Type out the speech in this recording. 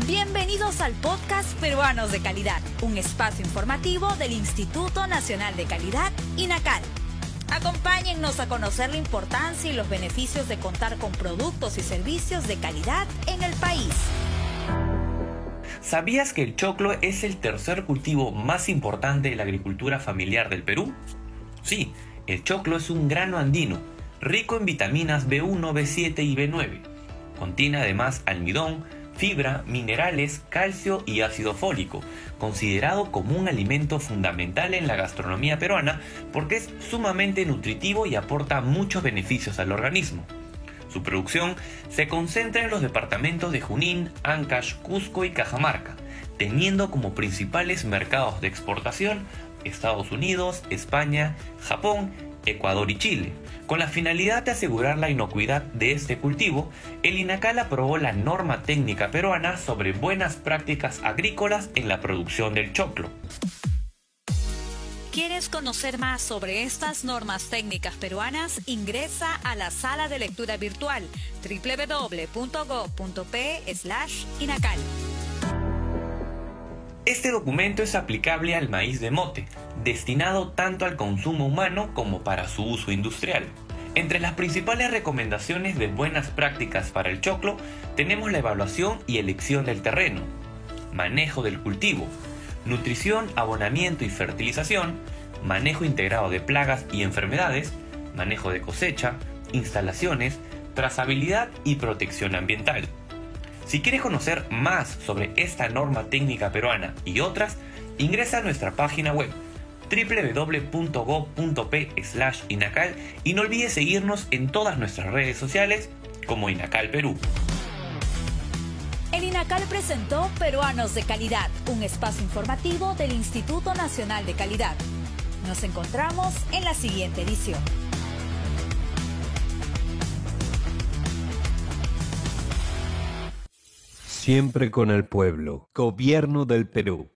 Bienvenidos al podcast Peruanos de Calidad, un espacio informativo del Instituto Nacional de Calidad, INACAL. Acompáñennos a conocer la importancia y los beneficios de contar con productos y servicios de calidad en el país. ¿Sabías que el choclo es el tercer cultivo más importante de la agricultura familiar del Perú? Sí, el choclo es un grano andino, rico en vitaminas B1, B7 y B9. Contiene además almidón, fibra, minerales, calcio y ácido fólico, considerado como un alimento fundamental en la gastronomía peruana porque es sumamente nutritivo y aporta muchos beneficios al organismo. Su producción se concentra en los departamentos de Junín, Ancash, Cusco y Cajamarca, teniendo como principales mercados de exportación Estados Unidos, España, Japón, Ecuador y Chile. Con la finalidad de asegurar la inocuidad de este cultivo, el INACAL aprobó la norma técnica peruana sobre buenas prácticas agrícolas en la producción del choclo. ¿Quieres conocer más sobre estas normas técnicas peruanas? Ingresa a la sala de lectura virtual www.go.pe/INACAL. Este documento es aplicable al maíz de mote, destinado tanto al consumo humano como para su uso industrial. Entre las principales recomendaciones de buenas prácticas para el choclo tenemos la evaluación y elección del terreno, manejo del cultivo, nutrición, abonamiento y fertilización, manejo integrado de plagas y enfermedades, manejo de cosecha, instalaciones, trazabilidad y protección ambiental. Si quieres conocer más sobre esta norma técnica peruana y otras, ingresa a nuestra página web www.go.pe/INACAL y no olvides seguirnos en todas nuestras redes sociales como INACAL Perú. El INACAL presentó Peruanos de Calidad, un espacio informativo del Instituto Nacional de Calidad. Nos encontramos en la siguiente edición. Siempre con el pueblo. Gobierno del Perú.